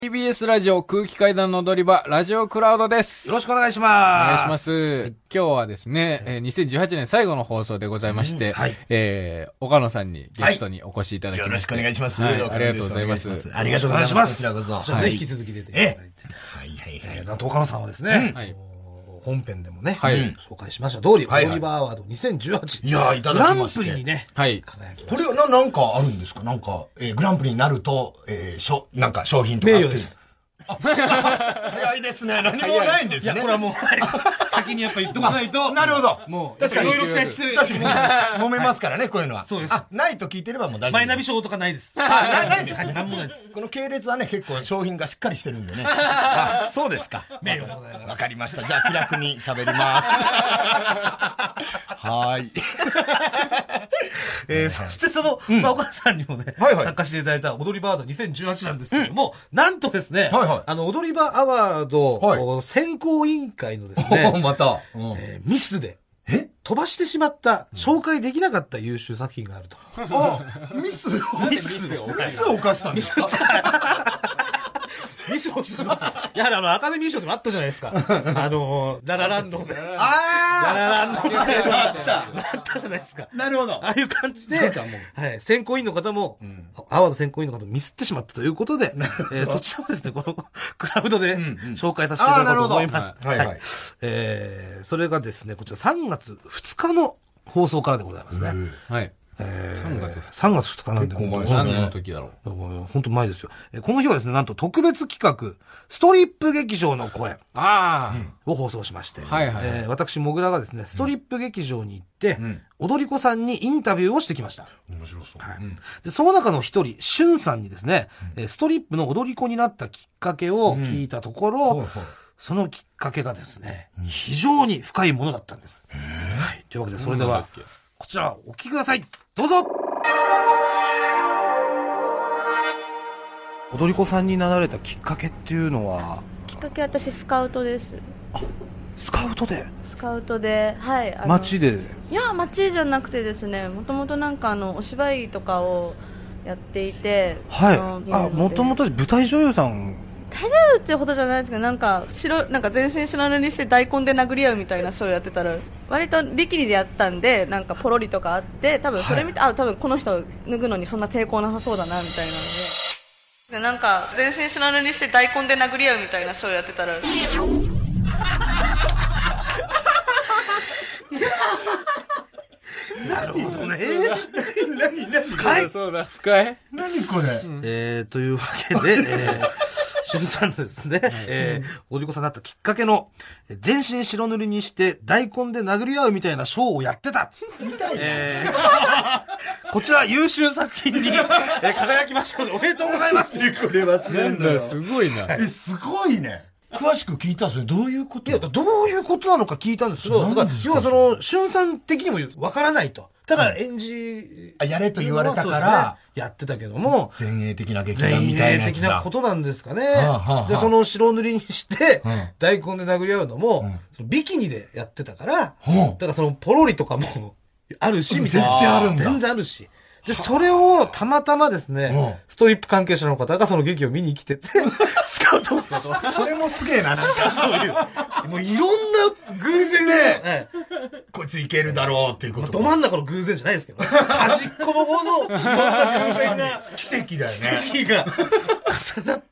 TBS ラジオ空気階段の踊り場、ラジオクラウドです。 よろしくお願いします。 お願いします。今日はですね、2018年最後の放送でございまして、 はい、 岡野さんにゲストにお越しいただきまして、 よろしくお願いします。 はい、ありがとうございます。 ありがとうございます。 こちらこそ。 じゃあね、引き続き出ていただいて。なんと岡野さんはですね、本編でもね、紹介しました通り、オリバーアワード2018。 いや、いただきまして。 グランプリにね、 輝きました。これはなんかあるんですか？なんか、グランプリになると、なんか商品とか。 名誉です。 早いですね。何もないんですね。 いや、これはもう、先にやっぱ言っとかないと。 なるほど。 もう、 確かにいろいろ期待してる。 確かに。揉めますからね、こういうのは。 そうです。 ないと聞いてればもう大丈夫。 マイナビ賞とかないです。ないです。なんもないです。 この系列はね、結構商品がしっかりしてるんでね。そうですか。 名誉でございます。 わかりました。じゃあ気楽に喋ります。はい。 そしてその、岡田さんにもね、参加していただいた踊り場アワード2018なんですけども、なんとですね、踊り場アワード選考委員会のですね、 また、 ミスで、飛ばしてしまった、紹介できなかった優秀作品があると。 ミスを犯したんですか？ ミスをしてしまった。やはりアカデミー賞でもあったじゃないですか。ララランドで。ララランドで。あったじゃないですか。 なるほど。 ああいう感じで、はい、選考委員の方も、アワード選考委員の方もミスってしまったということで、そちらもですね、このクラウドで紹介させていただこうと思います。 はいはい。 それがですね、こちら3月2日の放送からでございますね。 はい。 3月2日なんで、 何の時だろう。 本当前ですよ。この日はですね、なんと特別企画、ストリップ劇場の声を放送しまして、私、もぐらがですね、ストリップ劇場に行って、踊り子さんにインタビューをしてきました。 面白そう。 で、その中の一人、しゅんさんにですね、ストリップの踊り子になったきっかけを聞いたところ、そのきっかけがですね、非常に深いものだったんです。というわけで、それでは、こちら、お聞きください。どうぞ。踊り子さんになられたきっかけっていうのは？ きっかけ、私スカウトです。 スカウトで？ スカウトで、はい。 街で？ いや、街じゃなくてですね、もともとなんかお芝居とかをやっていて、 はい。もともと舞台女優さん？ 大丈夫ってほどじゃないですけど、なんか全身白塗りにして大根で殴り合うみたいなショーやってたら、割とビキニでやったんで、なんかポロリとかあって、多分それ見て、多分この人脱ぐのにそんな抵抗なさそうだなみたいなので、なんか全身白塗りにして大根で殴り合うみたいなショーやってたら、 なるほどね。 深い。そうだ、深い。 何これ。 というわけで、しゅんさんのですね、踊り子さんになったきっかけの、全身白塗りにして大根で殴り合うみたいなショーをやってた。こちら優秀作品に、輝きましたのでおめでとうございます。 これはすごいな。 すごいね。詳しく聞いたんですよ。どういうこと？ いや、どういうことなのか聞いたんですけど、要はしゅんさん的にもわからないと。ただ演じ、 やれと言われたから、 やってたけども、 前衛的な劇団みたいなやつだ。 前衛的なことなんですかね。で、その白塗りにして、大根で殴り合うのも、ビキニでやってたから、だからそのポロリとかもあるし、みたいな。 全然あるんだ。 全然あるし。で、それをたまたまですね、ストリップ関係者の方がその劇を見に来てて、スカウトをそれもすげえな。 もういろんな偶然で、 こいついけるだろうっていうこと。 ど真ん中の偶然じゃないですけど、端っこの方のいろんな偶然が、 奇跡だよね。 奇跡が重なって、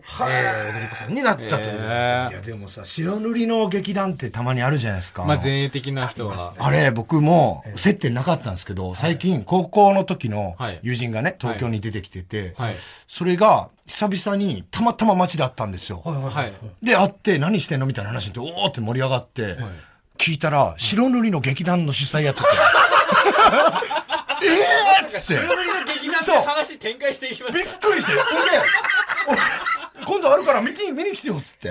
踊り子さんになったという。いや、でもさ、白塗りの劇団ってたまにあるじゃないですか。 まあ前衛的な人は。 あれ、僕も接点なかったんですけど、最近高校の時の友人がね、東京に出てきてて、それが久々にたまたま街で会ったんですよ。で、会って何してんのみたいな話で、おーって盛り上がって、聞いたら、白塗りの劇団の主催やってて。 っつって。白塗りの劇団って話展開していきます。 びっくりして。で、今度あるから見に来てよっつって。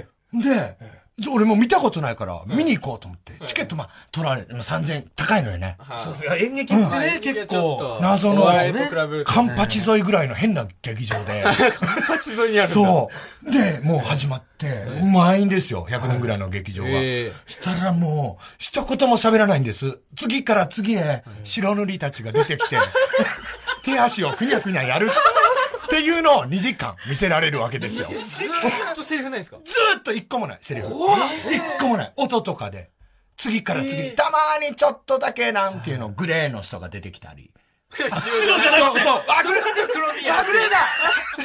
で、俺も見たことないから、見に行こうと思って。チケット取られ、3000円高いのよね。 そうですね。演劇ってね、結構、 謎のカンパチ沿いぐらいの変な劇場で。 カンパチ沿いにあるんだ。 そう。で、もう始まって、満員ですよ。100人ぐらいの劇場が。したらもう、一言も喋らないんです。次から次へ、白塗りたちが出てきて、手足をくにゃくにゃやる。 っていうのを2時間見せられるわけですよ。 ずーっとセリフないですか？ ずーっと1個もない、セリフ。1個もない。音とかで。次から次に、たまーにちょっとだけなんていうの、グレーの人が出てきたり。 白じゃなくて。 そう、あ、グレーだグレーだグレーだ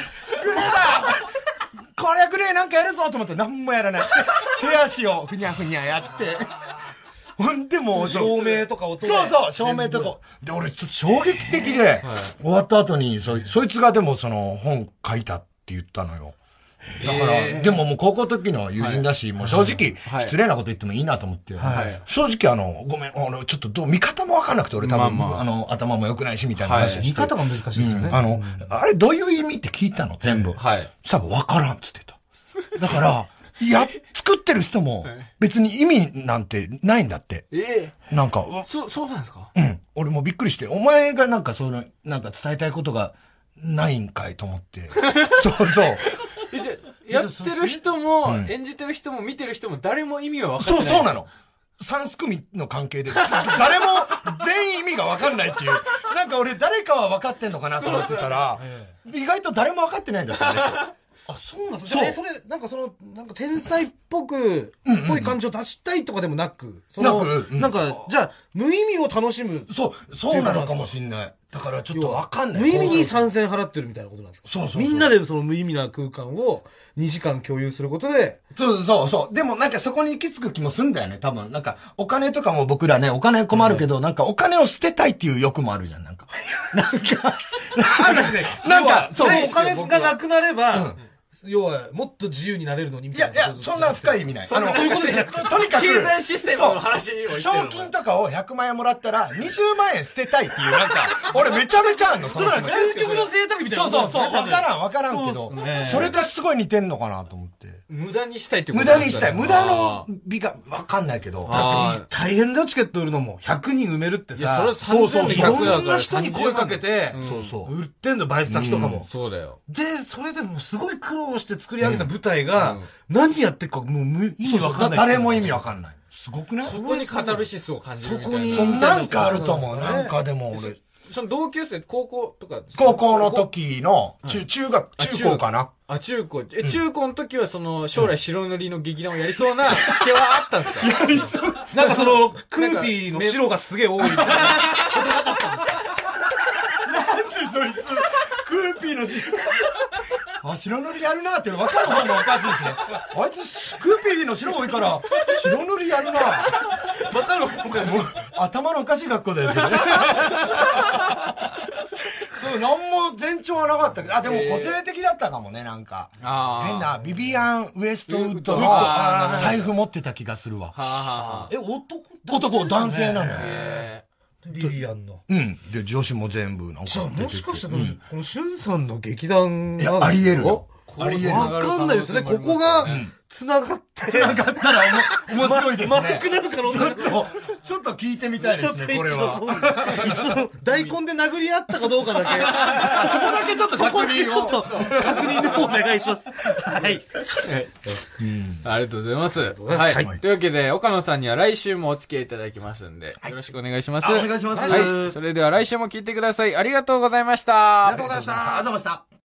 これはグレーなんかやるぞと思って何もやらない。手足をふにゃふにゃやって。ほんでもう、 照明とか音そうそう、照明とか。で、俺ちょっと衝撃的で、終わった後に、そいつがでもその本書いたって言ったのよ。だから、でももう高校時の友人だし、もう正直、失礼なこと言ってもいいなと思って、正直ごめん、俺ちょっと見方もわかんなくて、俺多分、頭も良くないし、みたいな話して。 見方が難しいですよね。 あれどういう意味って聞いたの全部。はい。多分わからんって言ってた。だから、作ってる人も、別に意味なんてないんだって。なんか、 そうなんですか？ うん。俺もびっくりして、お前がなんかなんか伝えたいことがないんかいと思って。そうそう。 やってる人も、演じてる人も見てる人も誰も意味は分かってない。 そうなの。3組の関係で、誰も全員意味が分かんないっていう。なんか俺誰かは分かってんのかなと思ってたら、意外と誰も分かってないんだったね。 あ、そうなんですか？それ、なんか天才っぽい感じを出したいとかでもなく、なんか、じゃあ、無意味を楽しむ。 そうなのかもしんない。だからちょっとわかんない。 無意味に参戦払ってるみたいなことなんですか？そう。みんなでその無意味な空間を2時間共有することで。 そう。でもなんかそこに行き着く気もすんだよね、多分。なんか、お金とかも僕らね、お金困るけど、なんかお金を捨てたいっていう欲もあるじゃん、なんか。 なんか、そう、お金がなくなれば、要は、もっと自由になれるのにみたいな。 いや、そんな深い意味ない。 そういうことじゃなくて、とにかく、経済システムの話を賞金とかを100万円もらったら、20万円捨てたいっていう、なんか、俺めちゃめちゃあんの、 そうだ、究極の贅沢みたいな。 そう。わからんけど、それとすごい似てんのかなと思って。 無駄にしたいってこと無駄にしたい。無駄の美がわかんないけど。 だって大変だよ、チケット売るのも。100人埋めるってさ。 いや、それ3000で100だから。 いろんな人に声かけて、売ってんだよ、バイト先とかも。 そうだよ。 で、それでもすごい苦労して作り上げた舞台が、何やってるかもう意味わかんない。 誰も意味わかんない。すごくね。 そこにカタルシスを感じるみたいな。 そこになんかあると思う。なんかでも俺。 その同級生、高校とか高校の時の、中高かな。 中高。中高の時はその、将来白塗りの劇団をやりそうな気はあったんですか？ やりそう。なんかその、クーピーの白がすげえ多いみたいな。なんでそいつ、クーピーの白。白塗りやるなって分かる方もおかしいしね。あいつ、クーピーの白多いから、白塗りやるな。 分かる方もおかしい。 頭のおかしい学校だよね。そう、なんも前兆はなかったけど、でも個性的だったかもね、なんか。変な、ビビアン・ウエストウッドの財布持ってた気がするわ。男性なのよ。 リリアンの。 で、女子も全部なんか。 じゃあ、もしかしたら、このシュンさんの劇団が。あり得るよ。 わかんないですね。ここが、繋がったら面白いですね。 丸くなる可能性ちょっと聞いてみたいですね、これは。 一度、大根で殴り合ったかどうかだけ。そこだけちょっと確認の方お願いします。はい。 ありがとうございます。はい。というわけで、岡野さんには来週もお付き合いいただきますんで、よろしくお願いします。 お願いします。 はい。それでは来週も聞いてください。ありがとうございました。 ありがとうございました。 ありがとうございました。